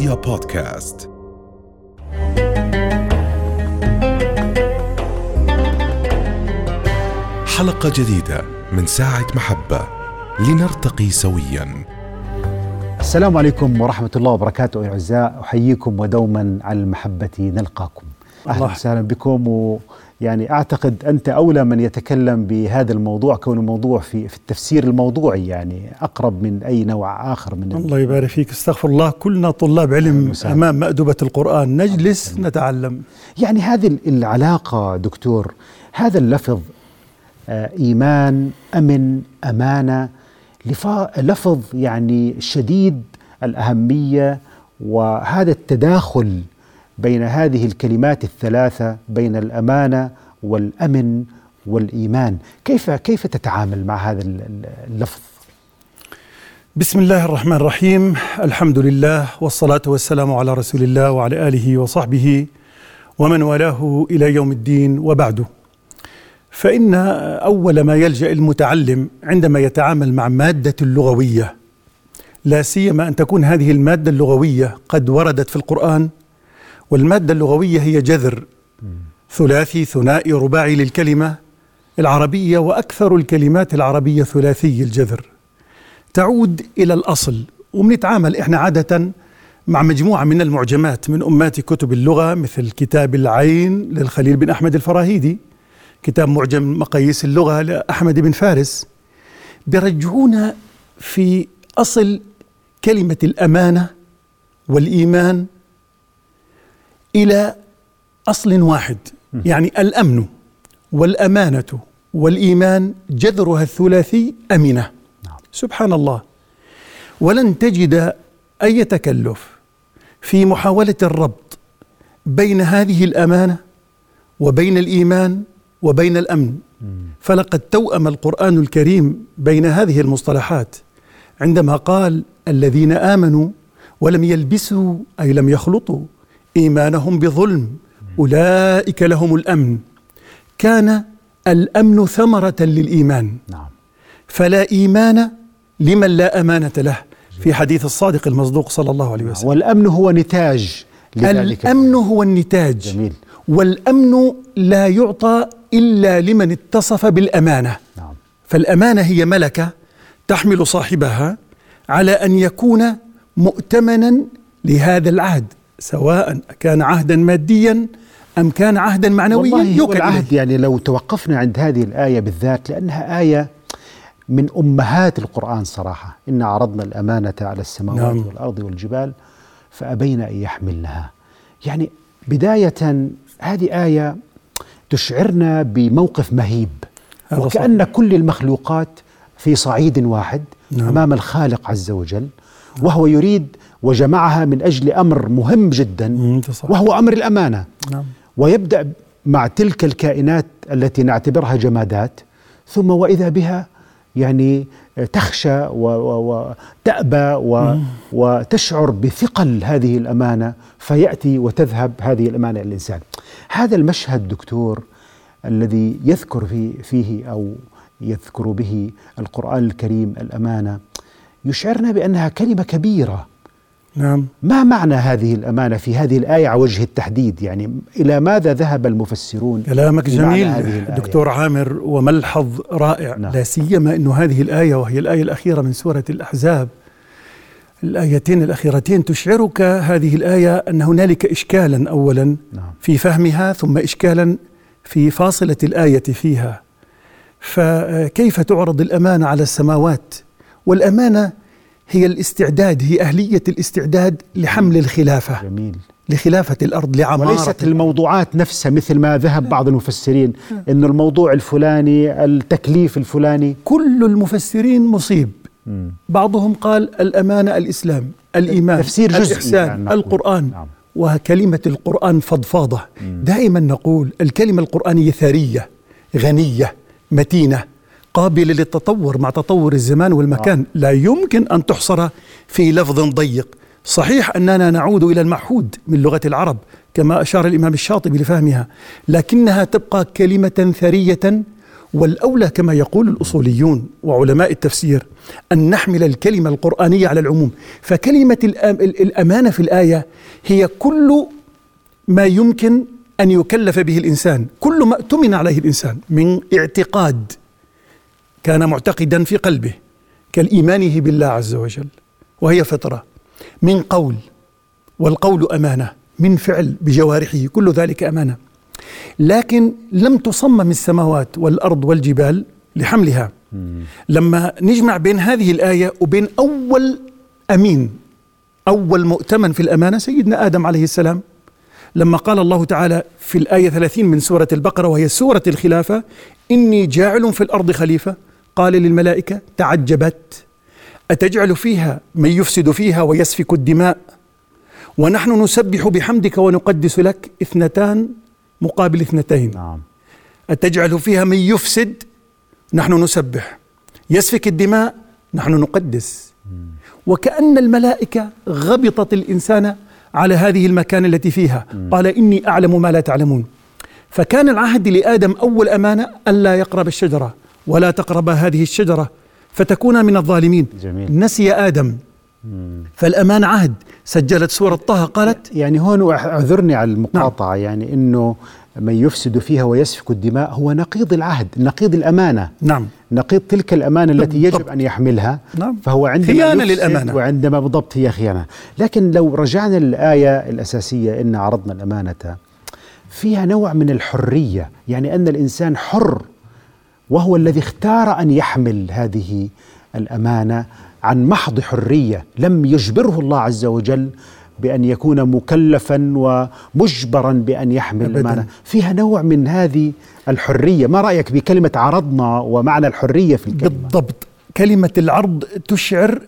رؤيا بودكاست. حلقة جديدة من ساعة محبة لنرتقي سويا. السلام عليكم ورحمة الله وبركاته يا أعزاء، أحييكم ودوما على المحبة نلقاكم. أهلا وسهلا بكم. ويعني أعتقد أنت أولى من يتكلم بهذا الموضوع، كون الموضوع في التفسير الموضوعي يعني أقرب من أي نوع آخر من الله يبارك فيك. استغفر الله، كلنا طلاب علم أمام مأدبة القرآن، نجلس نتعلم. يعني هذه العلاقة دكتور، هذا اللفظ إيمان، أمن، أمانة، لفظ يعني شديد الأهمية، وهذا التداخل بين هذه الكلمات الثلاثة، بين الأمانة والأمن والإيمان، كيف تتعامل مع هذا اللفظ؟ بسم الله الرحمن الرحيم، الحمد لله والصلاة والسلام على رسول الله وعلى آله وصحبه ومن والاه إلى يوم الدين، وبعده. فإن أول ما يلجأ المتعلم عندما يتعامل مع مادة اللغوية، لا سيما أن تكون هذه المادة اللغوية قد وردت في القرآن، والمادة اللغوية هي جذر ثلاثي ثنائي رباعي للكلمة العربية، وأكثر الكلمات العربية ثلاثي الجذر، تعود إلى الأصل. وبنتعامل إحنا عادة مع مجموعة من المعجمات من أمات كتب اللغة، مثل كتاب العين للخليل بن أحمد الفراهيدي، كتاب معجم مقاييس اللغة لأحمد بن فارس، بيرجعونا في أصل كلمة الأمانة والإيمان إلى أصل واحد. يعني الأمن والأمانة والإيمان جذرها الثلاثي أمنة. سبحان الله. ولن تجد أي تكلف في محاولة الربط بين هذه الأمانة وبين الإيمان وبين الأمن، فلقد توأم القرآن الكريم بين هذه المصطلحات عندما قال: الذين آمنوا ولم يلبسوا، أي لم يخلطوا إيمانهم بظلم، أولئك لهم الأمن. كان الأمن ثمرة للإيمان، فلا إيمان لمن لا أمانة له، في حديث الصادق المصدوق صلى الله عليه وسلم. والأمن هو نتاج لذلك. الأمن هو النتاج. جميل. والأمن لا يعطى إلا لمن اتصف بالأمانة. فالأمانة هي ملكة تحمل صاحبها على أن يكون مؤتمنا لهذا العهد، سواء كان عهدا ماديا أم كان عهدا معنويا. والله هو العهد، يعني لو توقفنا عند هذه الآية بالذات، لأنها آية من أمهات القرآن صراحة: إنا عرضنا الأمانة على السماوات والأرض والجبال فأبين أن يحملنها. يعني بداية هذه آية تشعرنا بموقف مهيب، وكأن كل المخلوقات في صعيد واحد أمام الخالق عز وجل، وهو يريد وجمعها من أجل أمر مهم جدا، وهو أمر الأمانة. ويبدأ مع تلك الكائنات التي نعتبرها جمادات، ثم وإذا بها يعني تخشى وتأبى وتشعر بثقل هذه الأمانة، فيأتي وتذهب هذه الأمانة الإنسان. هذا المشهد دكتور الذي يذكر فيه أو يذكر به القرآن الكريم الأمانة، يشعرنا بأنها كلمة كبيرة. ما معنى هذه الأمانة في هذه الآية على وجه التحديد؟ يعني إلى ماذا ذهب المفسرون؟ كلامك جميل دكتور عامر، وملحظ رائع. لا سيما أن هذه الآية، وهي الآية الأخيرة من سورة الأحزاب، الآيتين الأخيرتين تشعرك هذه الآية أن هنالك إشكالا أولا في فهمها، ثم إشكالا في فاصلة الآية فيها. فكيف تعرض الأمانة على السماوات؟ والأمانة هي الاستعداد، هي أهلية الاستعداد لحمل الخلافة. جميل. لخلافة الأرض، لعمارة. وليست الموضوعات نفسها مثل ما ذهب بعض المفسرين أن الموضوع الفلاني، التكليف الفلاني. كل المفسرين مصيب. بعضهم قال الأمانة الإسلام، الإيمان، تفسير الإحسان، يعني القرآن. وكلمة القرآن فضفاضة. دائما نقول الكلمة القرآنية ثرية، غنية، متينة، قابلة للتطور مع تطور الزمان والمكان. لا يمكن أن تحصر في لفظ ضيق. صحيح أننا نعود إلى المعهود من لغة العرب كما أشار الإمام الشاطبي لفهمها، لكنها تبقى كلمة ثرية والأولى كما يقول الأصوليون وعلماء التفسير أن نحمل الكلمة القرآنية على العموم. فكلمة الأمانة في الآية هي كل ما يمكن أن يكلف به الإنسان، كل ما اؤتمن عليه الإنسان من اعتقاد كان معتقدا في قلبه كالإيمانه بالله عز وجل وهي فطرة، من قول والقول أمانة، من فعل بجوارحه، كل ذلك أمانة. لكن لم تصمم السماوات والأرض والجبال لحملها. لما نجمع بين هذه الآية وبين أول أمين، أول مؤتمن في الأمانة سيدنا آدم عليه السلام، لما قال الله تعالى في الآية 30 من سورة البقرة وهي سورة الخلافة: إني جاعل في الأرض خليفة، قال للملائكة: تعجبت أتجعل فيها من يفسد فيها ويسفك الدماء ونحن نسبح بحمدك ونقدس لك، 2 مقابل 2. نعم. أتجعل فيها من يفسد، نحن نسبح، يسفك الدماء، نحن نقدس. وكأن الملائكة غبطت الإنسان على هذه المكان التي فيها. قال: إني أعلم ما لا تعلمون. فكان العهد لآدم أول أمانة ألا يقرب الشجرة ولا تقرب هذه الشجرة فتكون من الظالمين. جميل. نسي آدم، فالأمان عهد. سجلت سورة طه قالت، يعني هون أعذرني على المقاطعة، نعم. يعني إنه من يفسد فيها ويسفك الدماء هو نقيض العهد، نقيض الأمانة. نعم. نقيض تلك الأمانة التي يجب أن يحملها. نعم. فهو عندما خيانة للأمانة، وعندما بالضبط هي خيانة. لكن لو رجعنا للآية الأساسية: إن عرضنا الأمانة، فيها نوع من الحرية، يعني أن الإنسان حر وهو الذي اختار أن يحمل هذه الأمانة عن محض حرية، لم يجبره الله عز وجل بأن يكون مكلفا ومجبرا بأن يحمل الأمانة. فيها نوع من هذه الحرية. ما رأيك بكلمة عرضنا ومعنى الحرية في الكلمة؟ بالضبط. كلمة العرض تشعر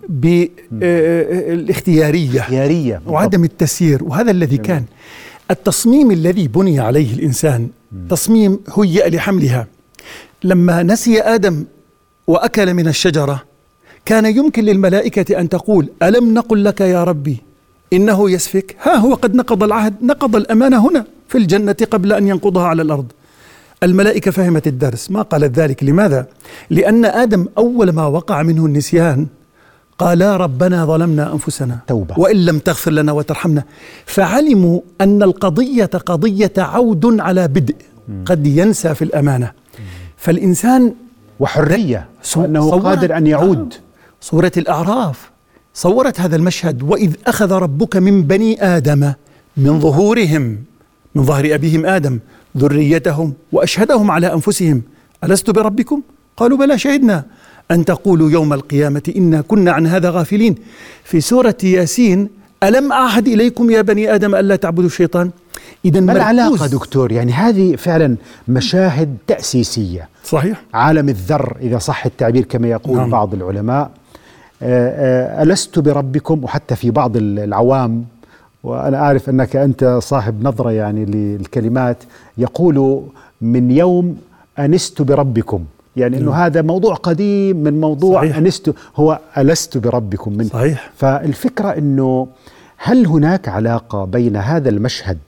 بالاختيارية وعدم التسيير، وهذا الذي كان التصميم الذي بني عليه الإنسان، تصميم هيئ لحملها. لما نسي آدم وأكل من الشجرة كان يمكن للملائكة أن تقول: ألم نقل لك يا ربي إنه يسفك؟ ها هو قد نقض العهد، نقض الأمانة هنا في الجنة قبل أن ينقضها على الأرض. الملائكة فهمت الدرس، ما قالت ذلك. لماذا؟ لأن آدم أول ما وقع منه النسيان قال: ربنا ظلمنا أنفسنا توبة. وإن لم تغفر لنا وترحمنا. فعلموا أن القضية قضية عود على بدء، قد ينسى في الأمانة. فالإنسان وحرية، أنه قادر أن يعود. سورة الأعراف صورت هذا المشهد: وإذ أخذ ربك من بني آدم من ظهورهم، من ظهر أبيهم آدم، ذريتهم وأشهدهم على أنفسهم ألست بربكم؟ قالوا بلى شهدنا أن تقولوا يوم القيامة إنا كنا عن هذا غافلين. في سورة ياسين: ألم أعهد إليكم يا بني آدم ألا تعبدوا الشيطان. إذن ما العلاقة دكتور؟ يعني هذه فعلا مشاهد تأسيسية. صحيح. عالم الذر إذا صح التعبير كما يقول نعم. بعض العلماء. ألست بربكم، وحتى في بعض العوام، وأنا أعرف أنك أنت صاحب نظرة يعني للكلمات، يقول من يوم أنست بربكم، يعني أنه هذا موضوع قديم من موضوع. صحيح. أنست هو ألست بربكم من. صحيح. فالفكرة أنه هل هناك علاقة بين هذا المشهد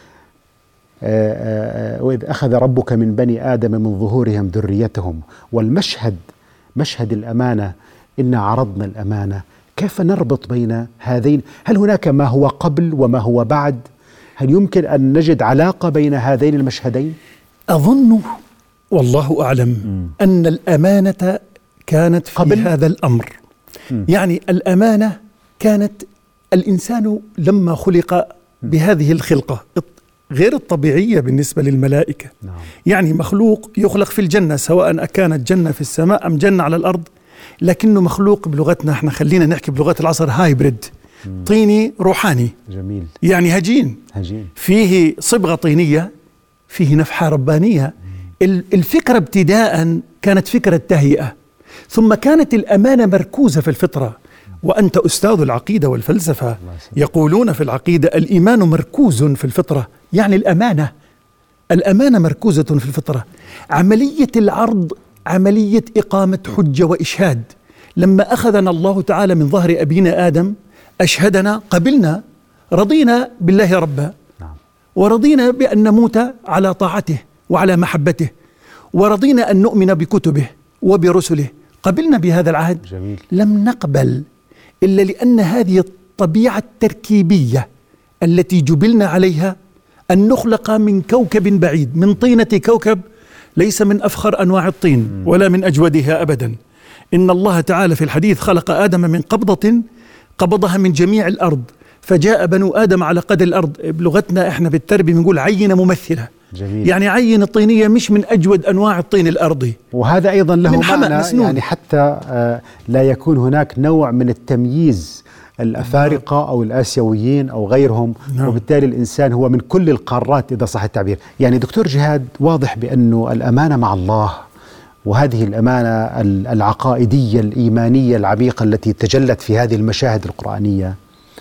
وإذ أخذ ربك من بني آدم من ظهورهم ذريتهم، والمشهد مشهد الأمانة إن عرضنا الأمانة؟ كيف نربط بين هذين؟ هل هناك ما هو قبل وما هو بعد؟ هل يمكن أن نجد علاقة بين هذين المشهدين؟ أظن والله أعلم أن الأمانة كانت في قبل هذا الأمر. يعني الأمانة كانت، الإنسان لما خلق بهذه الخلقة غير الطبيعية بالنسبة للملائكة. نعم. يعني مخلوق يخلق في الجنة، سواء أكانت جنة في السماء أم جنة على الأرض، لكنه مخلوق بلغتنا احنا، خلينا نحكي بلغة العصر، هايبريد، طيني روحاني. جميل. يعني هجين فيه صبغة طينية، فيه نفحة ربانية. الفكرة ابتداء كانت فكرة تهيئة، ثم كانت الأمانة مركوزة في الفطرة. وأنت أستاذ العقيدة والفلسفة، يقولون في العقيدة الإيمان مركوز في الفطرة، يعني الأمانة مركوزة في الفطرة. عملية العرض عملية إقامة حجة وإشهاد. لما أخذنا الله تعالى من ظهر أبينا آدم أشهدنا، قبلنا، رضينا بالله ربا، ورضينا بأن نموت على طاعته وعلى محبته. ورضينا أن نؤمن بكتبه وبرسله، قبلنا بهذا العهد. جميل. لم نقبل إلا لأن هذه الطبيعة التركيبية التي جبلنا عليها، أن نخلق من كوكب بعيد، من طينة كوكب ليس من أفخر أنواع الطين ولا من أجودها أبدا. إن الله تعالى في الحديث خلق آدم من قبضة قبضها من جميع الأرض، فجاء بنو آدم على قدر الأرض. بلغتنا إحنا بالتربية بنقول عينة ممثلة. جميل. يعني عينة طينية مش من أجود أنواع الطين الأرضي. وهذا أيضا له معنى، مسنون. يعني حتى لا يكون هناك نوع من التمييز، الأفارقة أو الآسيويين أو غيرهم. نعم. وبالتالي الإنسان هو من كل القارات إذا صح التعبير. يعني دكتور جهاد، واضح بأنه الأمانة مع الله، وهذه الأمانة العقائدية الإيمانية العميقة التي تجلت في هذه المشاهد القرآنية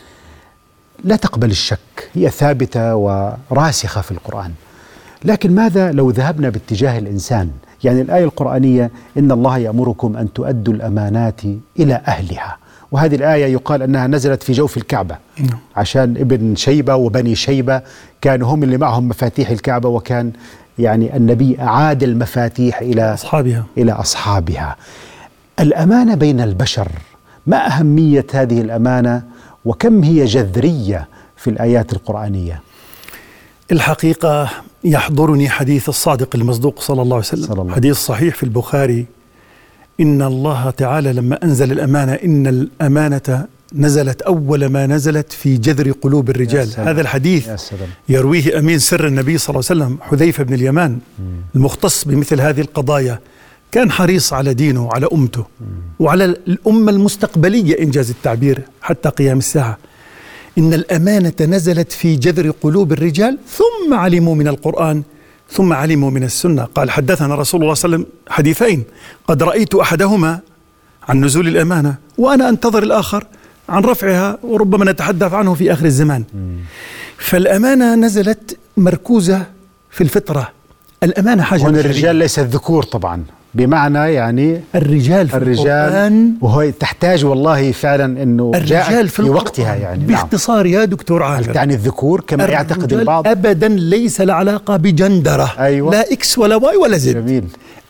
لا تقبل الشك، هي ثابتة وراسخة في القرآن. لكن ماذا لو ذهبنا باتجاه الإنسان؟ يعني الآية القرآنية إن الله يأمركم أن تؤدوا الأمانات إلى أهلها، وهذه الآية يقال أنها نزلت في جوف الكعبة عشان ابن شيبة وبني شيبة كانوا هم اللي معهم مفاتيح الكعبة، وكان يعني النبي أعاد المفاتيح إلى أصحابها. الأمانة بين البشر، ما أهمية هذه الأمانة وكم هي جذرية في الآيات القرآنية؟ الحقيقة يحضرني حديث الصادق المصدوق صلى الله عليه وسلم، حديث صحيح في البخاري، إن الله تعالى لما أنزل الأمانة، إن الأمانة نزلت أول ما نزلت في جذر قلوب الرجال. هذا الحديث يرويه أمين سر النبي صلى الله عليه وسلم حذيفة بن اليمان، المختص بمثل هذه القضايا. كان حريص على دينه وعلى أمته وعلى الأمة المستقبلية إنجاز التعبير حتى قيام الساعة. إن الأمانة نزلت في جذر قلوب الرجال ثم علموا من القرآن ثم علموا من السنة. قال حدثنا رسول الله صلى الله عليه وسلم حديثين قد رأيت أحدهما عن نزول الأمانة وأنا أنتظر الآخر عن رفعها، وربما نتحدث عنه في آخر الزمان. فالأمانة نزلت مركوزة في الفطرة. الأمانة حاجة هنا الرجال ليس الذكور طبعا، بمعنى يعني الرجال في القرآن، وهو تحتاج والله فعلا أنه الرجال في وقتها يعني. باختصار يا دكتور عامر، هل تعني الذكور كما يعتقد البعض؟ أبدا، ليس له علاقة بجندرة. أيوة. لا إكس ولا واي ولا زد. جميل.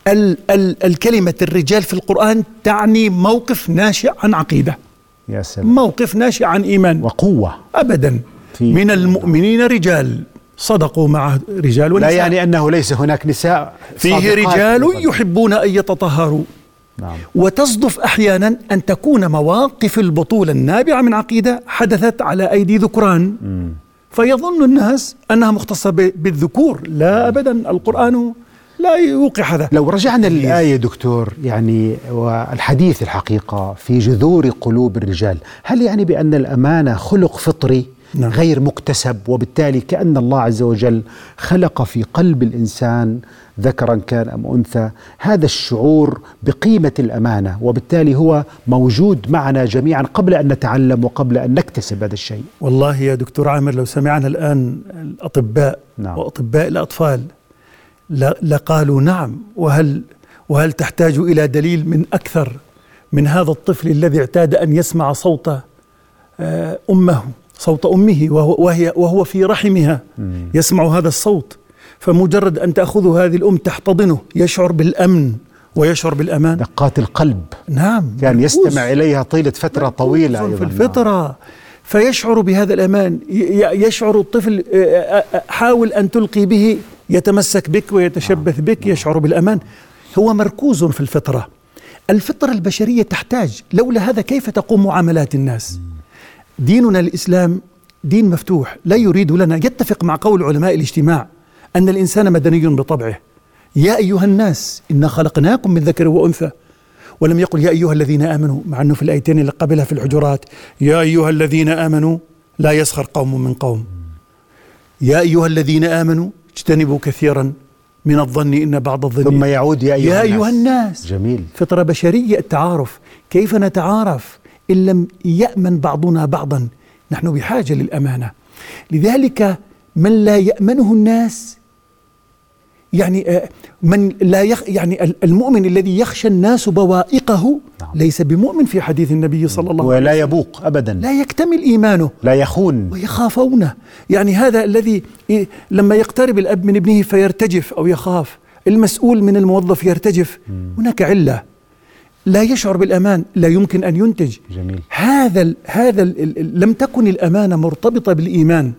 الكلمة الرجال في القرآن تعني موقف ناشئ عن عقيدة، يا سلام، موقف ناشئ عن إيمان وقوة. أبدا. من المؤمنين رجال صدقوا مع رجال ونساء. لا يعني أنه ليس هناك نساء، فيه رجال يحبون أن يتطهروا. نعم. وتصدف أحيانا أن تكون مواقف البطولة النابعة من عقيدة حدثت على أيدي ذكران، فيظن الناس أنها مختصة بالذكور. لا أبدا، القرآن لا يوقع هذا. لو رجعنا للآية دكتور، يعني والحديث الحقيقة في جذور قلوب الرجال، هل يعني بأن الأمانة خلق فطري؟ نعم. غير مكتسب، وبالتالي كأن الله عز وجل خلق في قلب الإنسان ذكرا كان أم أنثى هذا الشعور بقيمة الأمانة، وبالتالي هو موجود معنا جميعا قبل أن نتعلم وقبل أن نكتسب هذا الشيء. والله يا دكتور عامر، لو سمعنا الآن الأطباء نعم. وأطباء الأطفال لقالوا نعم، وهل تحتاج إلى دليل من أكثر من هذا الطفل الذي اعتاد أن يسمع صوت صوت أمه وهو في رحمها يسمع هذا الصوت، فمجرد أن تأخذه هذه الأم تحتضنه يشعر بالأمن ويشعر بالأمان. دقات القلب. نعم. كان يستمع إليها طيلة فترة طويلة في الفطرة، فيشعر بهذا الأمان. يشعر الطفل، حاول أن تلقي به يتمسك بك ويتشبث بك، يشعر بالأمان. هو مركوز في الفطرة. الفطرة البشرية تحتاج، لولا هذا كيف تقوم معاملات الناس؟ ديننا الإسلام دين مفتوح، لا يريد لنا، يتفق مع قول علماء الاجتماع أن الإنسان مدني بطبعه. يا أيها الناس إنا خلقناكم من ذكر وأنثى، ولم يقل يا أيها الذين آمنوا، مع أنه في الآيتين اللي قبلها في الحجرات يا أيها الذين آمنوا لا يسخر قوم من قوم. يا أيها الذين آمنوا اجتنبوا كثيرا من الظن إن بعض الظن، ثم يعود يا أيها الناس. جميل. فطرة بشرية التعارف. كيف نتعارف إن لم يأمن بعضنا بعضا؟ نحن بحاجة للأمانة. لذلك من لا يأمنه الناس، يعني من لا يعني المؤمن الذي يخشى الناس بوائقه ليس بمؤمن في حديث النبي صلى الله عليه وسلم. ولا يبوق أبدا، لا يكتمل إيمانه، لا يخون، ويخافونه. يعني هذا الذي لما يقترب الأب من ابنه فيرتجف أو يخاف، المسؤول من الموظف يرتجف، هناك علة، لا يشعر بالأمان، لا يمكن أن ينتج. جميل. لم تكن الأمانة مرتبطة بالإيمان،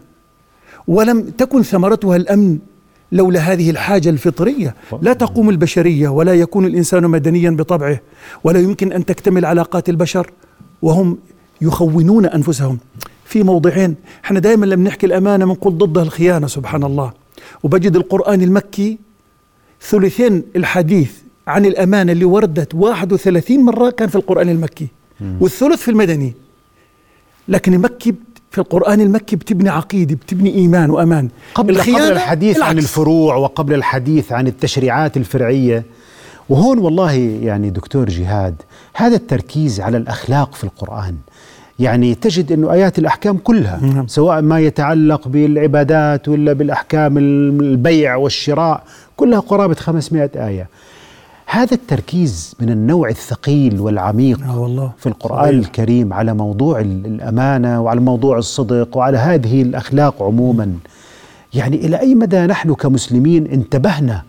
ولم تكن ثمرتها الأمن لولا هذه الحاجة الفطرية. لا تقوم البشرية ولا يكون الإنسان مدنيا بطبعه، ولا يمكن أن تكتمل علاقات البشر وهم يخونون أنفسهم. في موضعين احنا دائما لما نحكي الأمانة بنقول ضدها الخيانة، سبحان الله. وبجد القرآن المكي ثلثين الحديث عن الأمانة اللي وردت 31 مرة كان في القرآن المكي، والثلث في المدني. لكن المكي في القرآن المكي بتبني عقيدة، بتبني إيمان وأمان. قبل الحديث عن الفروع وقبل الحديث عن التشريعات الفرعية. وهون والله يعني دكتور جهاد، هذا التركيز على الأخلاق في القرآن، يعني تجد أنه آيات الأحكام كلها سواء ما يتعلق بالعبادات ولا بالأحكام البيع والشراء كلها قرابة 500 آية. هذا التركيز من النوع الثقيل والعميق في القرآن الكريم على موضوع الأمانة وعلى موضوع الصدق وعلى هذه الأخلاق عموما، يعني إلى أي مدى نحن كمسلمين انتبهنا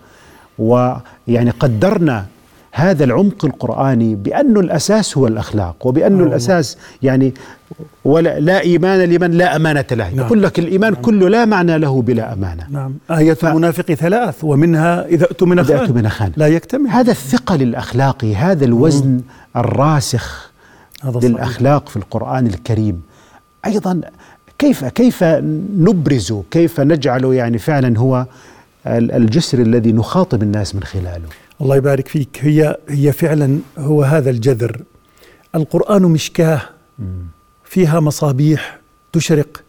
ويعني قدرنا هذا العمق القرآني بأنه الأساس هو الأخلاق، وبأنه الأساس يعني ولا لا إيمان لمن لا أمانة له. يقول لك الإيمان كله لا معنى له بلا أمانة. آية المنافق 3، ومنها إذا أؤتمن خان لا يكتمل. هذا الثقل الأخلاقي، هذا الوزن الراسخ للأخلاق في القرآن الكريم أيضا كيف نبرزه، كيف نجعله يعني فعلا هو الجسر الذي نخاطب الناس من خلاله. الله يبارك فيك. هي فعلا هو هذا الجذر. القرآن مشكاة فيها مصابيح تشرق.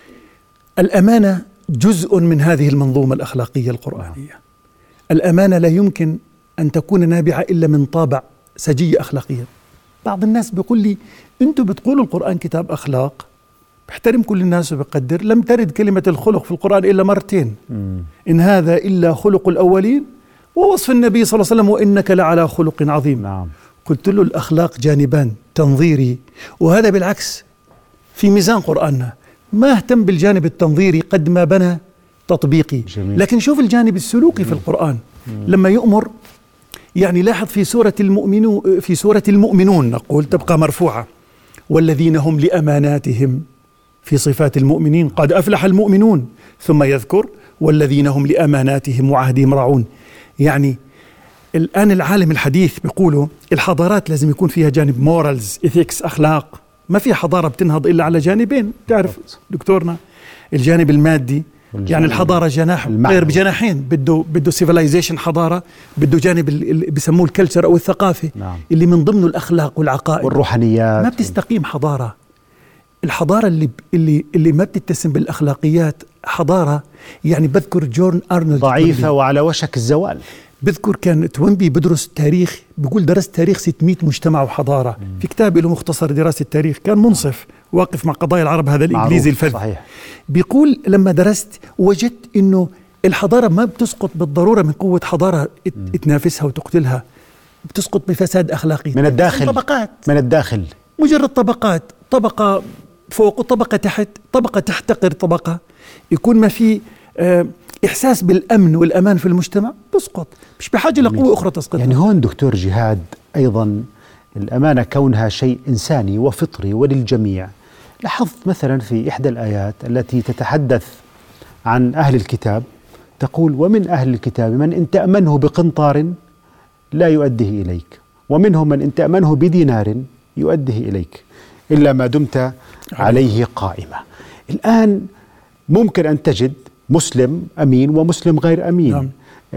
الأمانة جزء من هذه المنظومة الأخلاقية القرآنية. الأمانة لا يمكن أن تكون نابعة إلا من طابع سجية أخلاقية. بعض الناس بيقول لي أنتوا بتقولوا القرآن كتاب أخلاق، بحترم كل الناس وبقدر، لم ترد كلمة الخلق في القرآن إلا مرتين. إن هذا إلا خلق الأولين، ووصف النبي صلى الله عليه وسلم وإنك لعلى خلق عظيم. نعم. قلت له الأخلاق جانبان، تنظيري، وهذا بالعكس في ميزان قرآننا ما اهتم بالجانب التنظيري قد ما بنى تطبيقي. جميل. لكن شوف الجانب السلوكي في القرآن لما يؤمر، يعني لاحظ في سورة المؤمنون نقول تبقى مرفوعة، والذين هم لأماناتهم، في صفات المؤمنين قد أفلح المؤمنون، ثم يذكر والذين هم لأماناتهم وعهدهم راعون. يعني الآن العالم الحديث بيقولوا الحضارات لازم يكون فيها جانب مورالز، إثيكس، أخلاق. ما في حضارة بتنهض إلا على جانبين، تعرف دكتورنا، الجانب المادي، يعني الحضارة جناح غير بجناحين، بده سيفيلايزيشن حضارة، بده جانب اللي بسموه الكلتشر أو الثقافة. نعم. اللي من ضمنه الأخلاق والعقائد والروحانيات. ما بتستقيم حضارة. الحضارة اللي ما بتتسم بالأخلاقيات حضارة، يعني بذكر جون أرنولد ضعيفة وعلى وشك الزوال. بذكر كان توينبي بدرس تاريخ، بيقول درست تاريخ 600 مجتمع وحضارة في كتاب له مختصر دراسة التاريخ، كان منصف واقف مع قضايا العرب، هذا الإنجليزي الفذ. صحيح. بيقول لما درست وجدت إنه الحضارة ما بتسقط بالضرورة من قوة حضارة تنافسها وتقتلها، بتسقط بفساد أخلاقي من الداخل. طبقات من الداخل، مجرد طبقات، طبقة فوق وطبقة تحت، طبقة تحتقر طبقة، يكون ما في إحساس بالأمن والأمان في المجتمع، تسقط، مش بحاجة لقوة أخرى تسقطها. يعني هون دكتور جهاد أيضا الأمانة كونها شيء إنساني وفطري وللجميع. لاحظت مثلا في إحدى الآيات التي تتحدث عن أهل الكتاب تقول: ومن أهل الكتاب من إن تأمنه بقنطار لا يؤديه إليك، ومنهم من إن تأمنه بدينار يؤديه إليك إلا ما دمت عليه قائمة. الآن ممكن أن تجد مسلم أمين ومسلم غير أمين. نعم.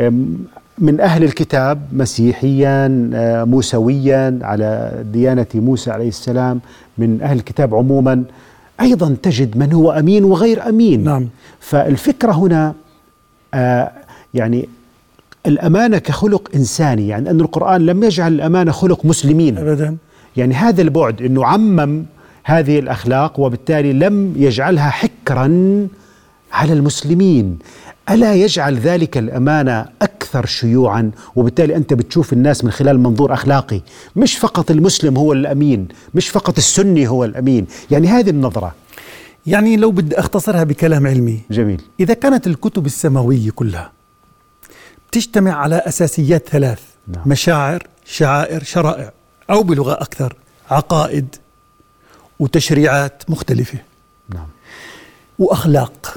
من أهل الكتاب مسيحيا موسويا على ديانة موسى عليه السلام، من أهل الكتاب عموما أيضا تجد من هو أمين وغير أمين. نعم. فالفكرة هنا يعني الأمانة كخلق إنساني، يعني أن القرآن لم يجعل الأمانة خلق مسلمين أبدا. يعني هذا البعد أنه عمم هذه الأخلاق وبالتالي لم يجعلها حكرا على المسلمين. ألا يجعل ذلك الأمانة أكثر شيوعا، وبالتالي أنت بتشوف الناس من خلال منظور أخلاقي، مش فقط المسلم هو الأمين، مش فقط السني هو الأمين. يعني هذه النظرة، يعني لو بدي أختصرها بكلام علمي جميل، إذا كانت الكتب السماوية كلها تجتمع على أساسيات ثلاث: نعم. مشاعر، شعائر، شرائع، أو بلغة أكثر عقائد وتشريعات مختلفة. نعم. وأخلاق.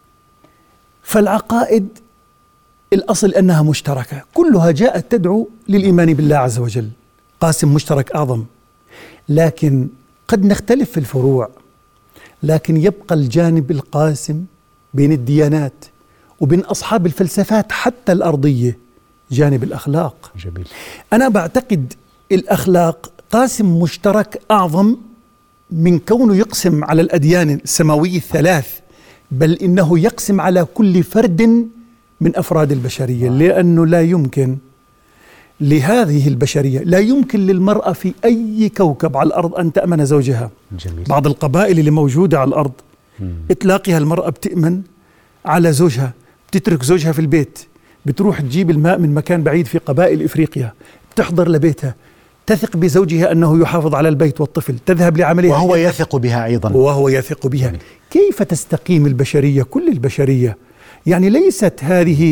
فالعقائد الأصل أنها مشتركة، كلها جاءت تدعو للإيمان بالله عز وجل، قاسم مشترك أعظم. لكن قد نختلف في الفروع، لكن يبقى الجانب القاسم بين الديانات وبين أصحاب الفلسفات حتى الأرضية، جانب الأخلاق. جميل. أنا بعتقد الأخلاق قاسم مشترك أعظم من كونه يقسم على الأديان السماوية الثلاث، بل إنه يقسم على كل فرد من أفراد البشرية. لأنه لا يمكن لهذه البشرية، لا يمكن للمرأة في أي كوكب على الأرض أن تأمن زوجها. جميل. بعض القبائل اللي موجودة على الأرض إطلاقها المرأة بتأمن على زوجها، بتترك زوجها في البيت، بتروح تجيب الماء من مكان بعيد في قبائل إفريقيا، بتحضر لبيتها، تثق بزوجها أنه يحافظ على البيت والطفل، تذهب لعملها وهو يثق بها أيضا. وهو يثق بها. كيف تستقيم البشرية، كل البشرية؟ يعني ليست هذه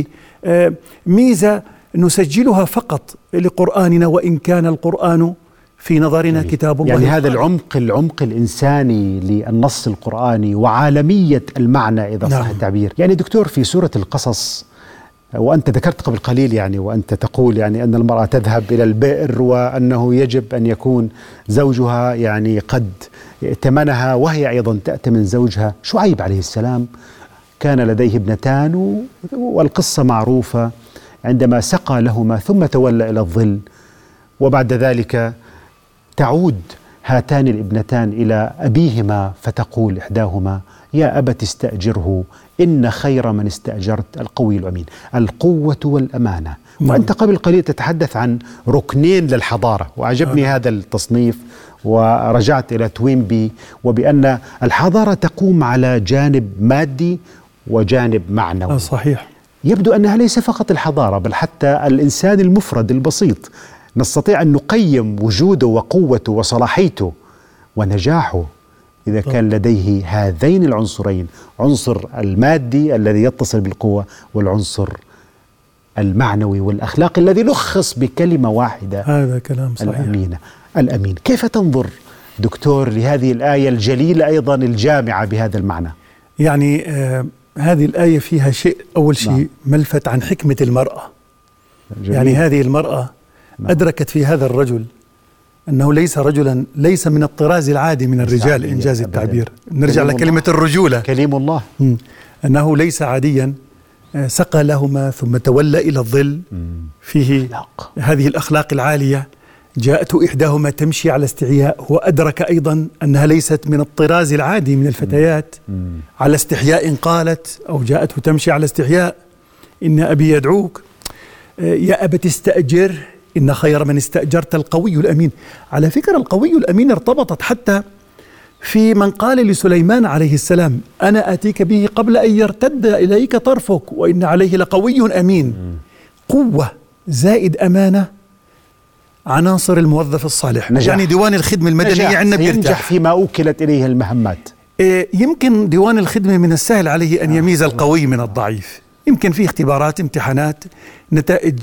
ميزة نسجلها فقط لقرآننا، وإن كان القرآن في نظرنا كتاب الله. يعني هذا العمق الإنساني للنص القرآني وعالمية المعنى إذا صح التعبير. يعني دكتور، في سورة القصص، وأنت ذكرت قبل قليل يعني وأنت تقول يعني أن المرأة تذهب إلى البئر وأنه يجب أن يكون زوجها يعني قد ائتمنها وهي أيضا تأتمن زوجها. شعيب عليه السلام كان لديه ابنتان والقصة معروفة، عندما سقى لهما ثم تولى إلى الظل، وبعد ذلك تعود هاتان الابنتان إلى أبيهما فتقول إحداهما: يا أبت استأجره إن خير من استأجرت القوي الأمين. القوة والأمانة. وأنت قبل قليل تتحدث عن ركنين للحضارة، وأعجبني هذا التصنيف، ورجعت إلى توينبي، وبأن الحضارة تقوم على جانب مادي وجانب معنوي. صحيح. يبدو أنها ليس فقط الحضارة، بل حتى الإنسان المفرد البسيط نستطيع أن نقيم وجوده وقوته وصلاحيته ونجاحه إذا كان لديه هذين العنصرين: عنصر المادي الذي يتصل بالقوة، والعنصر المعنوي والأخلاق الذي لخص بكلمة واحدة. هذا كلام صحيح. الأمين. كيف تنظر دكتور لهذه الآية الجليلة أيضا الجامعة بهذا المعنى؟ يعني هذه الآية فيها شيء، أول شيء ملفت عن حكمة المرأة. جميل. يعني هذه المرأة أدركت في هذا الرجل أنه ليس رجلا، ليس من الطراز العادي من الرجال، إنجاز التعبير. نرجع لكلمة الرجولة، كليم الله، أنه ليس عاديا. سقى لهما ثم تولى إلى الظل، فيه هذه الأخلاق العالية. جاءته إحداهما تمشي على استحياء، وأدرك أيضا أنها ليست من الطراز العادي من الفتيات. على استحياء قالت، أو جاءته تمشي على استحياء: إن أبي يدعوك يا أبت استأجر إن خير من استأجرت القوي الأمين. على فكرة القوي الأمين ارتبطت حتى في من قال لسليمان عليه السلام: أنا آتيك به قبل أن يرتد إليك طرفك وإن عليه لقوي أمين. قوة زائد أمانة، عناصر الموظف الصالح. نجاح. يعني ديوان الخدمة المدنية عندنا بيرتاح فيما أوكلت إليه المهمات. يمكن ديوان الخدمة من السهل عليه أن يميز القوي من الضعيف. يمكن في اختبارات، امتحانات، نتائج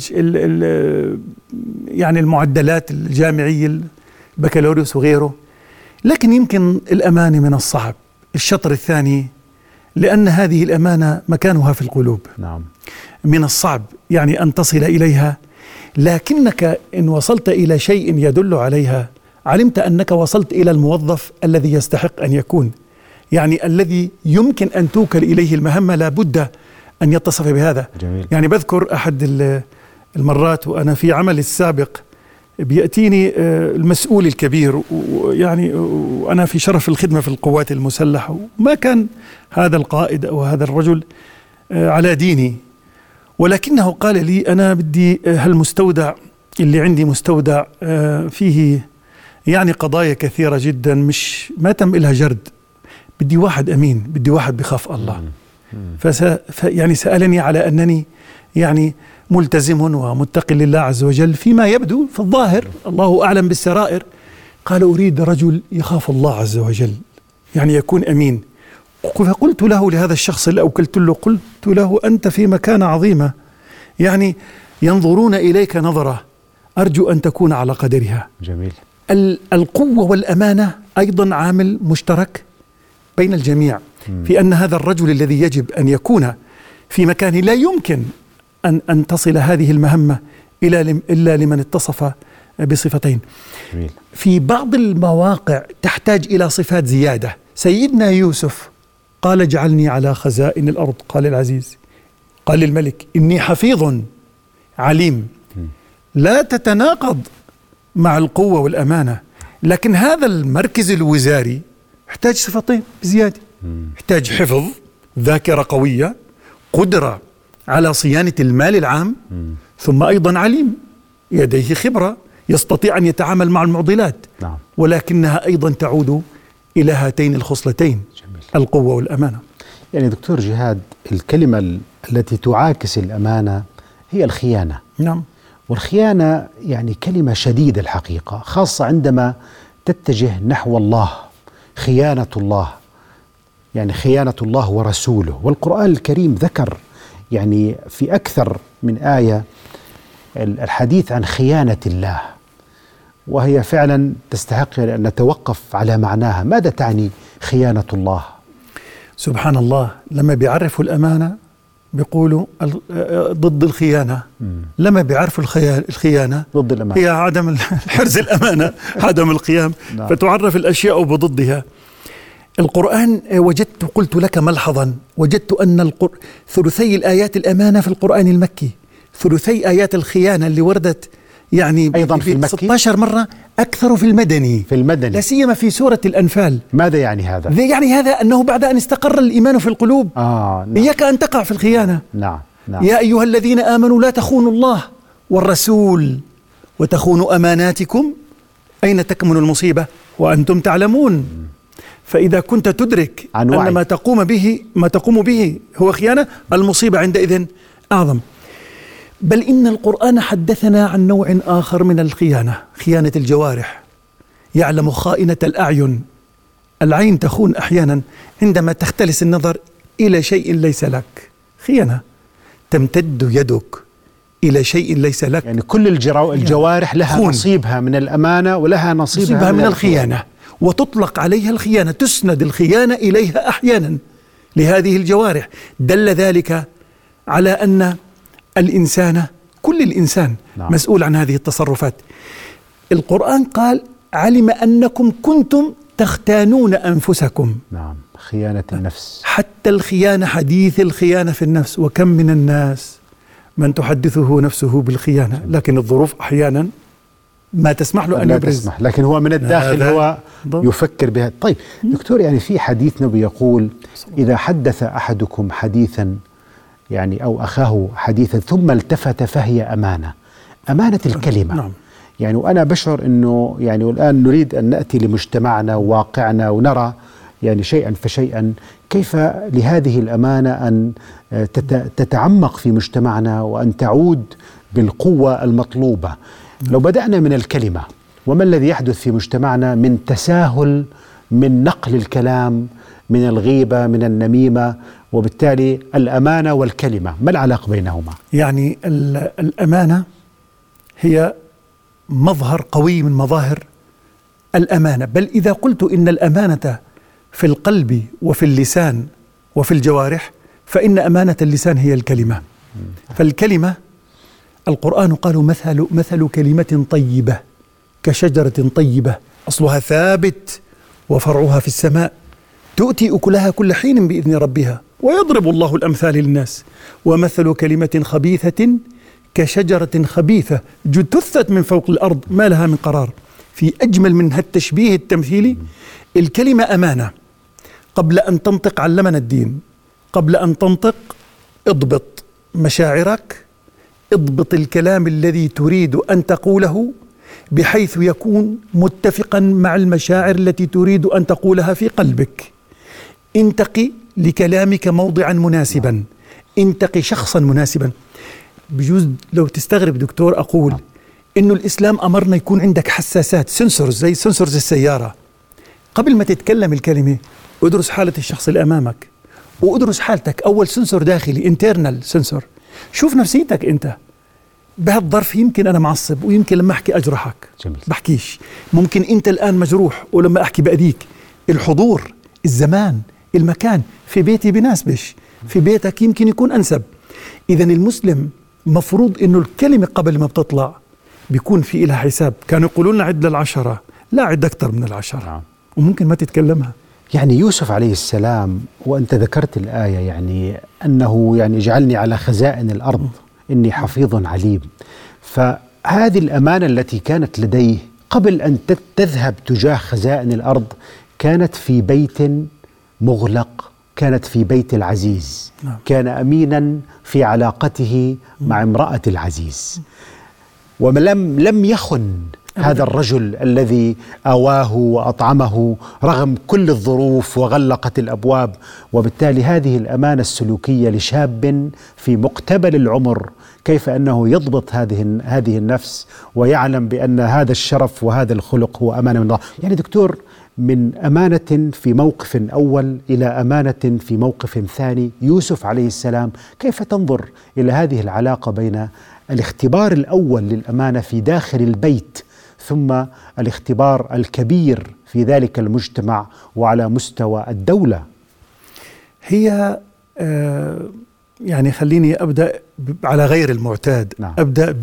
يعني المعدلات الجامعية، البكالوريوس وغيره. لكن يمكن الأمانة من الصعب. الشطر الثاني، لأن هذه الأمانة مكانها في القلوب. نعم. من الصعب يعني أن تصل إليها، لكنك إن وصلت إلى شيء يدل عليها علمت أنك وصلت إلى الموظف الذي يستحق أن يكون، يعني الذي يمكن أن توكل إليه المهمة، لا بد أن يتصف بهذا. جميل. يعني بذكر أحد المرات وأنا في عمل السابق بيأتيني المسؤول الكبير، ويعني وأنا في شرف الخدمة في القوات المسلحة، وما كان هذا القائد أو هذا الرجل على ديني، ولكنه قال لي: أنا بدي هالمستودع اللي عندي مستودع فيه يعني قضايا كثيرة جدا ما تم إلها جرد، بدي واحد أمين، بدي واحد بخاف الله. يعني سألني على أنني يعني ملتزم ومتقي لله عز وجل فيما يبدو في الظاهر، الله أعلم بالسرائر. قال: أريد رجل يخاف الله عز وجل، يعني يكون أمين. فقلت له، لهذا الشخص اللي أوكلت له، قلت له: أنت في مكانة عظيمة، يعني ينظرون إليك نظرة أرجو أن تكون على قدرها. جميل. القوة والأمانة أيضا عامل مشترك بين الجميع في أن هذا الرجل الذي يجب أن يكون في مكان لا يمكن أن تصل هذه المهمة إلا لمن اتصف بصفتين. جميل. في بعض المواقع تحتاج إلى صفات زيادة. سيدنا يوسف قال اجعلني على خزائن الأرض، قال العزيز، قال للملك إني حفيظ عليم، لا تتناقض مع القوة والأمانة. لكن هذا المركز الوزاري يحتاج صفتين بزيادة، يحتاج حفظ، ذاكرة قوية، قدرة على صيانة المال العام، ثم أيضا عليم، يديه خبرة، يستطيع أن يتعامل مع المعضلات. نعم. ولكنها أيضا تعود إلى هاتين الخصلتين. جميل. القوة والأمانة. يعني دكتور جهاد، الكلمة التي تعاكس الأمانة هي الخيانة. نعم. والخيانة يعني كلمة شديدة الحقيقة، خاصة عندما تتجه نحو الله، خيانة الله، يعني خيانة الله ورسوله. والقرآن الكريم ذكر يعني في أكثر من آية الحديث عن خيانة الله، وهي فعلا تستحق أن نتوقف على معناها. ماذا تعني خيانة الله؟ سبحان الله، لما بيعرفوا الأمانة بيقولوا ضد الخيانة، لما بيعرفوا الخيانة ضد الأمانة، هي عدم حرز الأمانة، عدم القيام. نعم. فتعرف الأشياء بضدها. القرآن قلت لك ملحظا، وجدت أن ثلثي الآيات الأمانة في القرآن المكي، ثلثي آيات الخيانة اللي وردت يعني أيضا في المكي 16 مرة، أكثر في المدني، لا سيما في سورة الأنفال. ماذا يعني هذا؟ يعني هذا أنه بعد أن استقر الإيمان في القلوب نعم. إياك أن تقع في الخيانة. نعم. يا أيها الذين آمنوا لا تخونوا الله والرسول وتخونوا أماناتكم، أين تكمن المصيبة وأنتم تعلمون. فإذا كنت تدرك أن ما تقوم به هو خيانة، المصيبة عندئذ أعظم. بل إن القرآن حدثنا عن نوع آخر من الخيانة، خيانة الجوارح. يعلم خائنة الأعين، العين تخون أحيانا عندما تختلس النظر إلى شيء ليس لك، خيانة. تمتد يدك إلى شيء ليس لك، يعني كل الجوارح لها نصيبها من الأمانة ولها نصيبها من الخيانة، وتطلق عليها الخيانة، تسند الخيانة إليها أحيانا لهذه الجوارح. دل ذلك على أن الإنسان، كل الإنسان نعم. مسؤول عن هذه التصرفات. القرآن قال علم أنكم كنتم تختانون أنفسكم. نعم، خيانة النفس. حتى الخيانة، حديث الخيانة في النفس، وكم من الناس من تحدثه نفسه بالخيانة، لكن الظروف أحيانا ما تسمح له أن يبرز، لكن هو من الداخل هو يفكر بها. طيب دكتور، يعني في حديث نبي يقول إذا حدث أحدكم حديثا يعني أو أخاه حديثا ثم التفت فهي أمانة الكلمة. نعم. يعني وأنا بشعر أنه يعني والآن نريد أن نأتي لمجتمعنا وواقعنا ونرى يعني شيئا فشيئا كيف لهذه الأمانة أن تتعمق في مجتمعنا وأن تعود بالقوة المطلوبة. لو بدأنا من الكلمة، وما الذي يحدث في مجتمعنا من تساهل، من نقل الكلام، من الغيبة، من النميمة، وبالتالي الأمانة والكلمة ما العلاقة بينهما؟ يعني الأمانة هي مظهر قوي من مظاهر الأمانة. بل إذا قلت إن الأمانة في القلب وفي اللسان وفي الجوارح، فإن أمانة اللسان هي الكلمة. فالكلمة القرآن قالوا مثل كلمة طيبة كشجرة طيبة أصلها ثابت وفرعها في السماء تؤتي أكلها كل حين بإذن ربها ويضرب الله الأمثال للناس. ومثل كلمة خبيثة كشجرة خبيثة جثثت من فوق الأرض ما لها من قرار. في أجمل من هالتشبيه التمثيلي. الكلمة أمانة. قبل أن تنطق علمنا الدين، قبل أن تنطق اضبط مشاعرك، اضبط الكلام الذي تريد أن تقوله بحيث يكون متفقا مع المشاعر التي تريد أن تقولها في قلبك. انتقي لكلامك موضعا مناسبا، انتقي شخصا مناسبا. بجوز لو تستغرب دكتور أقول إنه الإسلام أمرنا يكون عندك حساسات، سنسورز، زي سنسورز السيارة. قبل ما تتكلم الكلمة ادرس حالة الشخص اللي أمامك وادرس حالتك. أول سنسور داخلي internal سنسور شوف نفسيتك أنت بهالظرف، يمكن أنا معصب ويمكن لما أحكي أجرحك. جميل. بحكيش، ممكن أنت الآن مجروح ولما أحكي بأذيك. الحضور، الزمان، المكان، في بيتي بناسبش، في بيتك يمكن يكون أنسب. إذن المسلم مفروض إنه الكلمة قبل ما بتطلع بيكون في إلها حساب. كانوا يقولون لنا عد للعشرة، لا عد أكثر من العشرة. نعم. وممكن ما تتكلمها. يعني يوسف عليه السلام، وأنت ذكرت الآية يعني أنه يعني اجعلني على خزائن الأرض إني حفيظ عليم. فهذه الأمانة التي كانت لديه قبل أن تذهب تجاه خزائن الأرض كانت في بيت مغلق، كانت في بيت العزيز. نعم. كان أمينا في علاقته مع امرأة العزيز، ولم يخن هذا الرجل الذي آواه وأطعمه رغم كل الظروف وغلقت الأبواب. وبالتالي هذه الأمانة السلوكية لشاب في مقتبل العمر، كيف أنه يضبط هذه النفس ويعلم بأن هذا الشرف وهذا الخلق هو أمانة من الله. يعني دكتور، من أمانة في موقف أول إلى أمانة في موقف ثاني، يوسف عليه السلام كيف تنظر إلى هذه العلاقة بين الاختبار الأول للأمانة في داخل البيت ثم الاختبار الكبير في ذلك المجتمع وعلى مستوى الدولة؟ هي يعني خليني أبدأ على غير المعتاد. نعم. أبدأ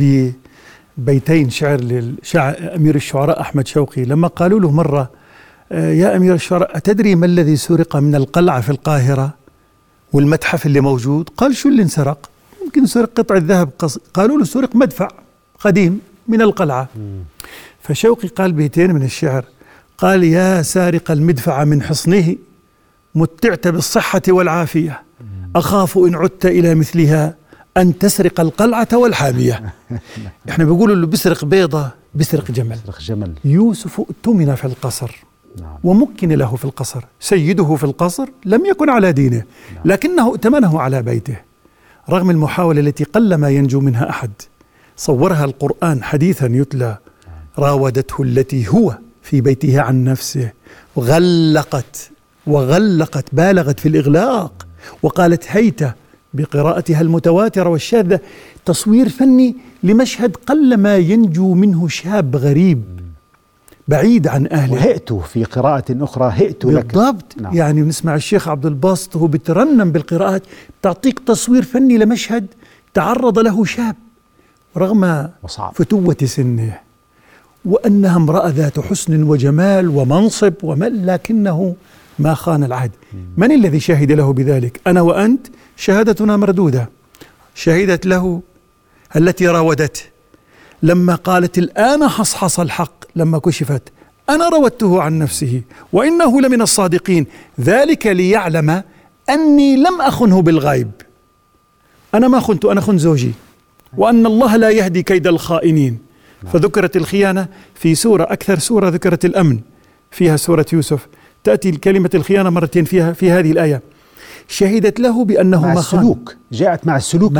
ببيتين شعر لأمير الشعراء أحمد شوقي، لما قالوا له مرة يا أمير الشعراء أتدري ما الذي سرق من القلعة في القاهرة والمتحف اللي موجود؟ قال شو اللي انسرق؟ يمكن سرق قطعة ذهب. قالوا له سرق مدفع قديم من القلعة. فشوقي قال بيتين من الشعر، قال يا سارق المدفع من حصنه متعت بالصحة والعافية، أخاف إن عدت إلى مثلها أن تسرق القلعة والحامية. إحنا بيقولوا اللي بيسرق بيضة بيسرق جمل. يوسف اؤتمن في القصر. نعم. ومكن له في القصر، سيده في القصر لم يكن على دينه. نعم. لكنه ائتمنه على بيته رغم المحاولة التي قلما ينجو منها أحد. صورها القرآن حديثا يتلى، راودته التي هو في بيتها عن نفسه وغلقت بالغت في الإغلاق وقالت هيت بقراءتها المتواترة والشاذة. تصوير فني لمشهد قلما ينجو منه شاب غريب بعيد عن أهله. وهئت في قراءة أخرى هئت لك. بالضبط. نعم. يعني نسمع الشيخ عبد الباسط وهو بترنم بالقراءات، تعطيك تصوير فني لمشهد تعرض له شاب رغم فتوة سنه وأنها امرأة ذات حسن وجمال ومنصب لكنه ما خان العهد. من الذي شهد له بذلك؟ أنا وأنت شهادتنا مردودة. شهدت له التي راودته لما قالت الآن حصحص الحق لما كشفت، أنا راودته عن نفسه وإنه لمن الصادقين، ذلك ليعلم أني لم أخنه بالغيب. أنا ما خنت، أنا خن زوجي، وأن الله لا يهدي كيد الخائنين. فذكرت الخيانة في سورة، أكثر سورة ذكرت الأمن فيها سورة يوسف، تأتي كلمة الخيانة مرتين فيها في هذه الآية. شهدت له بأنه مع السلوك، جاءت مع السلوك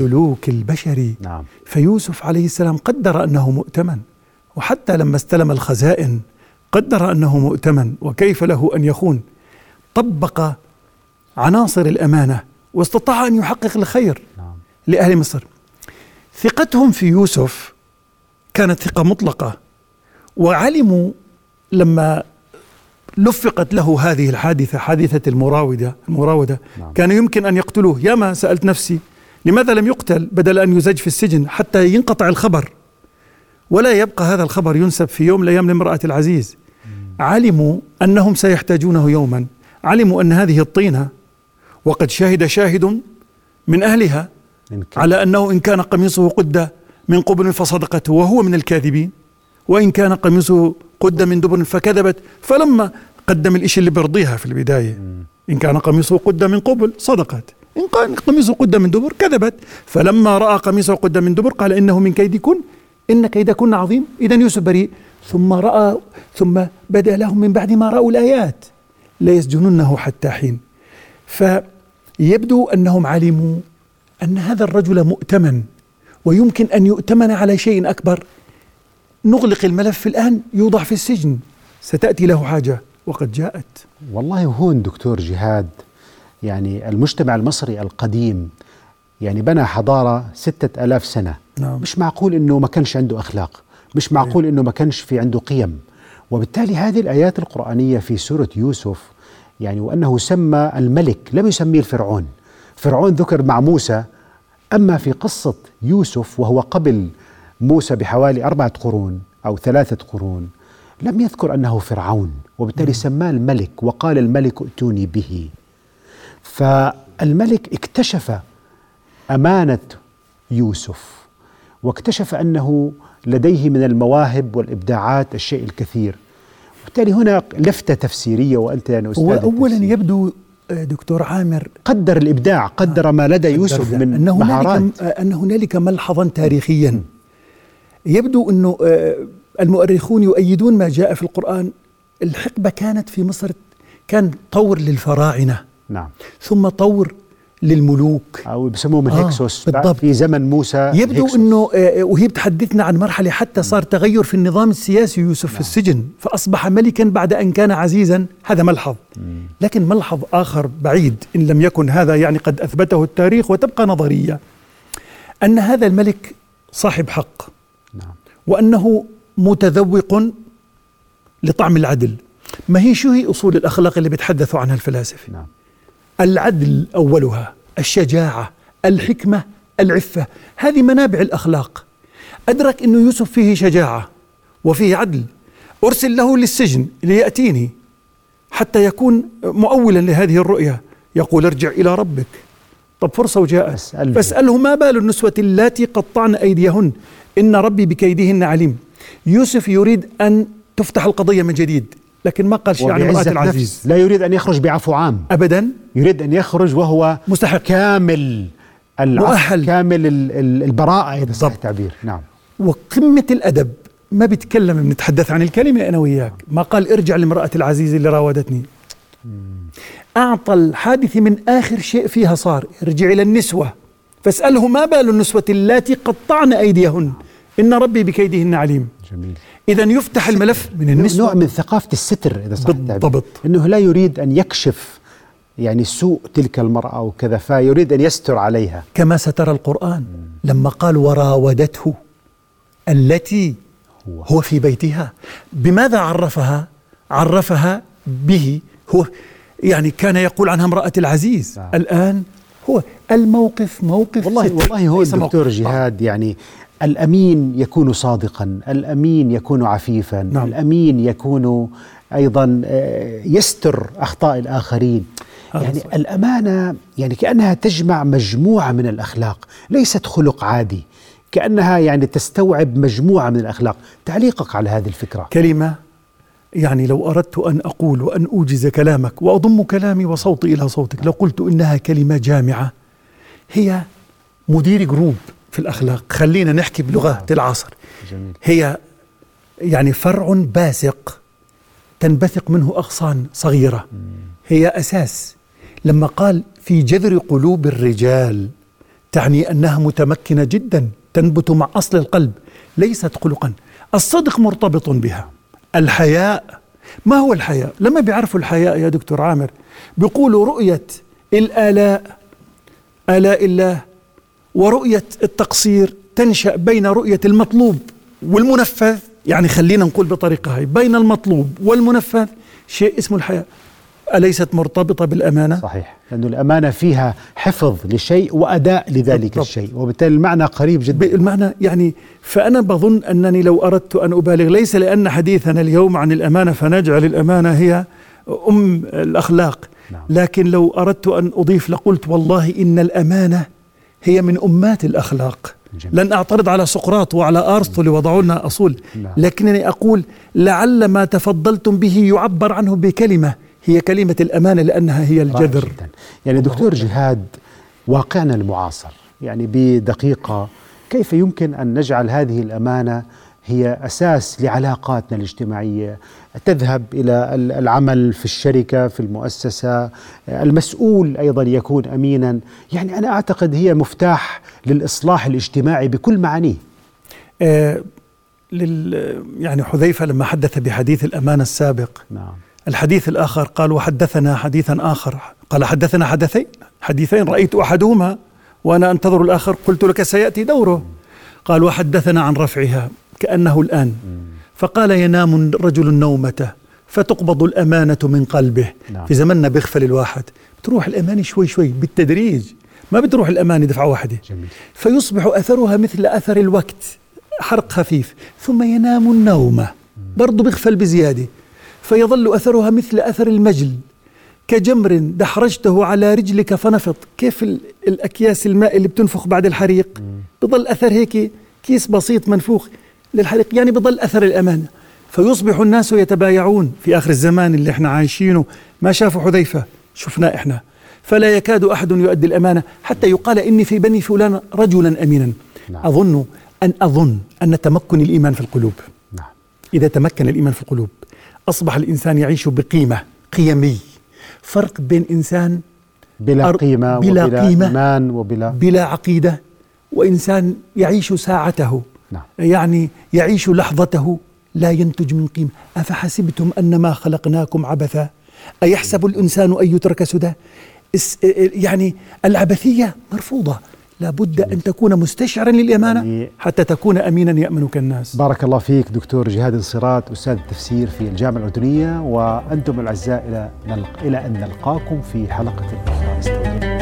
البشري. نعم. فيوسف عليه السلام قدر أنه مؤتمن، وحتى لما استلم الخزائن قدر أنه مؤتمن، وكيف له أن يخون. طبق عناصر الأمانة واستطاع أن يحقق الخير. نعم. لأهل مصر. ثقتهم في يوسف كانت ثقة مطلقة، وعلموا لما لفقت له هذه الحادثة، حادثة المراودة نعم. كان يمكن أن يقتلوه. ياما سألت نفسي لماذا لم يقتل بدل أن يزج في السجن حتى ينقطع الخبر ولا يبقى هذا الخبر ينسب في يوم من الأيام لامرأة العزيز. علموا أنهم سيحتاجونه يوما، علموا أن هذه الطينة، وقد شهد شاهد من أهلها على أنه إن كان قميصه قد من قبل فصدقته وهو من الكاذبين، وإن كان قميصه قد من دبر فكذبت. فلما قدم الإشي اللي برضيها في البداية، إن كان قميصه قد من قبل صدقت، إن كان قميصه قد من دبر كذبت. فلما رأى قميصه قد من دبر قال إنه من كيدكن إن كيدكن عظيم. إذن يوسف بريء. ثم بدأ لهم من بعد ما رأوا الآيات لا يسجننه حتى حين. فيبدو أنهم علموا أن هذا الرجل مؤتمن ويمكن أن يؤتمن على شيء أكبر. نغلق الملف الآن، يوضع في السجن، ستأتي له حاجة وقد جاءت. والله هون دكتور جهاد، يعني المجتمع المصري القديم يعني بنى حضارة 6000 سنة. نعم. مش معقول أنه ما كانش عنده أخلاق، مش معقول أنه ما كانش في عنده قيم. وبالتالي هذه الآيات القرآنية في سورة يوسف يعني وأنه سمى الملك، لم يسميه الفرعون. فرعون ذكر مع موسى، أما في قصة يوسف وهو قبل موسى بحوالي 4 قرون أو 3 قرون لم يذكر أنه فرعون، وبالتالي سماه الملك وقال الملك ائتوني به. فالملك اكتشف أمانة يوسف واكتشف أنه لديه من المواهب والإبداعات الشيء الكثير. وبالتالي هنا لفتة تفسيرية، وأنت يعني أستاذ أولا يبدو دكتور عامر قدر الإبداع، قدر ما لدى يوسف من مهارات. أن هنالك ملحظا تاريخيا يبدو أنه المؤرخون يؤيدون ما جاء في القرآن. الحقبة كانت في مصر، كان طور للفراعنة، نعم، ثم طور للملوك أو بسموه من هيكسوس بالضبط. في زمن موسى يبدو هيكسوس. أنه وهي بتحدثنا عن مرحلة حتى صار تغير في النظام السياسي، يوسف في السجن فأصبح ملكا بعد أن كان عزيزا. هذا ملحظ، لكن ملحظ آخر بعيد إن لم يكن هذا يعني قد أثبته التاريخ وتبقى نظرية، أن هذا الملك صاحب حق، نعم، وأنه متذوق لطعم العدل. ما هي شو هي أصول الأخلاق اللي بيتحدثوا عنها الفلاسفة؟ نعم. العدل أولها، الشجاعة، الحكمة، العفة، هذه منابع الأخلاق. أدرك أن يوسف فيه شجاعة وفيه عدل، أرسل له للسجن ليأتيني حتى يكون مؤولا لهذه الرؤية، يقول ارجع إلى ربك. طب فرصة وجاءت، فاسأله ما بال النسوة اللاتي قطعن أيديهن إن ربي بكيدهن عليم. يوسف يريد أن تفتح القضية من جديد، لكن ما قال شيء عن امرأة العزيز. لا يريد أن يخرج بعفو عام أبدا، يريد أن يخرج وهو مستحق، كامل مؤهل، كامل البراءة إذا صح التعبير. نعم. وقمة الأدب، ما بيتكلم، بنتحدث عن الكلمة أنا وياك، ما قال ارجع لامرأة العزيز اللي راودتني. أعطى الحادث من آخر شيء فيها صار، ارجع إلى النسوة فاسأله ما بال النسوة اللاتي قطعن أيديهن إن ربي بكيدهن عليم. جميل. إذا يفتح الملف من النسوة، نوع من ثقافة الستر إذا صح التعبير. بالضبط، إنه لا يريد أن يكشف يعني سوء تلك المرأة وكذا، فيريد أن يستر عليها، كما سترى القرآن لما قال وراودته التي هو في بيتها. بماذا عرفها؟ عرفها به، هو يعني كان يقول عنها امرأة العزيز. الآن هو الموقف موقف والله هو الدكتور جهاد، يعني الأمين يكون صادقا، الأمين يكون عفيفا، نعم. الأمين يكون أيضا يستر أخطاء الآخرين. يعني صحيح. الأمانة يعني كأنها تجمع مجموعة من الأخلاق، ليست خلق عادي، كأنها يعني تستوعب مجموعة من الأخلاق. تعليقك على هذه الفكرة؟ كلمة يعني لو أردت أن أقول وأن أوجز كلامك وأضم كلامي وصوتي إلى صوتك، لو قلت إنها كلمة جامعة، هي مدير جروب في الأخلاق، خلينا نحكي بلغة العصر. جميل. هي يعني فرع باسق تنبثق منه أغصان صغيرة، هي أساس. لما قال في جذر قلوب الرجال، تعني أنها متمكنة جدا، تنبت مع أصل القلب، ليست خلقا. الصدق مرتبط بها. الحياء، ما هو الحياء؟ لما بيعرفوا الحياء يا دكتور عامر بيقولوا رؤية الآلاء، آلاء الله، ورؤية التقصير تنشأ بين رؤية المطلوب والمنفذ. يعني خلينا نقول بطريقة هاي، بين المطلوب والمنفذ شيء اسمه الحياء. أليست مرتبطة بالأمانة؟ صحيح، لأن الأمانة فيها حفظ لشيء وأداء لذلك بالضبط. الشيء، وبالتالي المعنى قريب جدا. المعنى يعني، فأنا بظن أنني لو أردت أن أبالغ، ليس لأن حديثنا اليوم عن الأمانة فنجعل الأمانة هي أم الأخلاق، نعم. لكن لو أردت أن أضيف لقلت والله إن الأمانة هي من أمات الأخلاق. جميل. لن أعترض على سقراط وعلى أرسطو اللي وضعوا لنا أصول، نعم. لكنني أقول لعل ما تفضلتم به يعبر عنه بكلمة، هي كلمة الأمانة، لأنها هي الجذر. يعني دكتور جهاد، واقعنا المعاصر يعني بدقيقة، كيف يمكن أن نجعل هذه الأمانة هي أساس لعلاقاتنا الاجتماعية؟ تذهب إلى العمل في الشركة، في المؤسسة، المسؤول أيضا يكون أمينا. يعني أنا أعتقد هي مفتاح للإصلاح الاجتماعي بكل معانيه. يعني حذيفة لما حدث بحديث الأمانة السابق، نعم. الحديث الآخر قال وحدثنا حديثا آخر، قال حدثنا حديثين رأيت أحدهما وأنا أنتظر الآخر، قلت لك سيأتي دوره. قال وحدثنا عن رفعها كأنه الآن، فقال ينام رجل نومته فتقبض الأمانة من قلبه. في زمننا بيغفل الواحد، بتروح الأمانة شوي شوي بالتدريج، ما بتروح الأمانة دفعة واحدة. فيصبح أثرها مثل أثر الوقت، حرق خفيف، ثم ينام النومة برضو بيغفل بزيادة، فيظل أثرها مثل أثر المجل، كجمر دحرجته على رجلك فنفط. كيف الأكياس الماء اللي بتنفخ بعد الحريق، بظل أثر هيك كيس بسيط منفوخ للحريق، يعني بظل أثر الأمانة. فيصبح الناس يتبايعون في آخر الزمان اللي احنا عايشينه. ما شافوا حذيفة، شفناه احنا. فلا يكاد أحد يؤدي الأمانة، حتى يقال إني في بني فلان رجلا أمينا. أظن أن تمكن الإيمان في القلوب، إذا تمكن الإيمان في القلوب أصبح الإنسان يعيش بقيمة قيمي. فرق بين إنسان بلا قيمة بلا قيمة إيمان بلا عقيدة، وإنسان يعيش ساعته، يعني يعيش لحظته لا ينتج من قيمة. أفحسبتم أنما خلقناكم عبثا أيحسب الإنسان أن يترك سدى. يعني العبثية مرفوضة، لابد أن تكون مستشعرا للأمانة حتى تكون أمينا يأمنك الناس. بارك الله فيك دكتور جهاد انصراط، أستاذ التفسير في الجامعة الأردنية. وأنتم الأعزاء إلى أن نلقاكم في حلقة أخرى. استودعكم.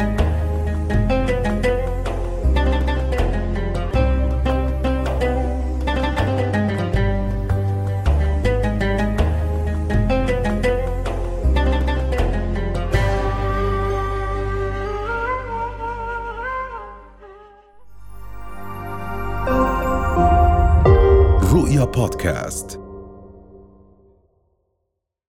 رؤيا بودكاست.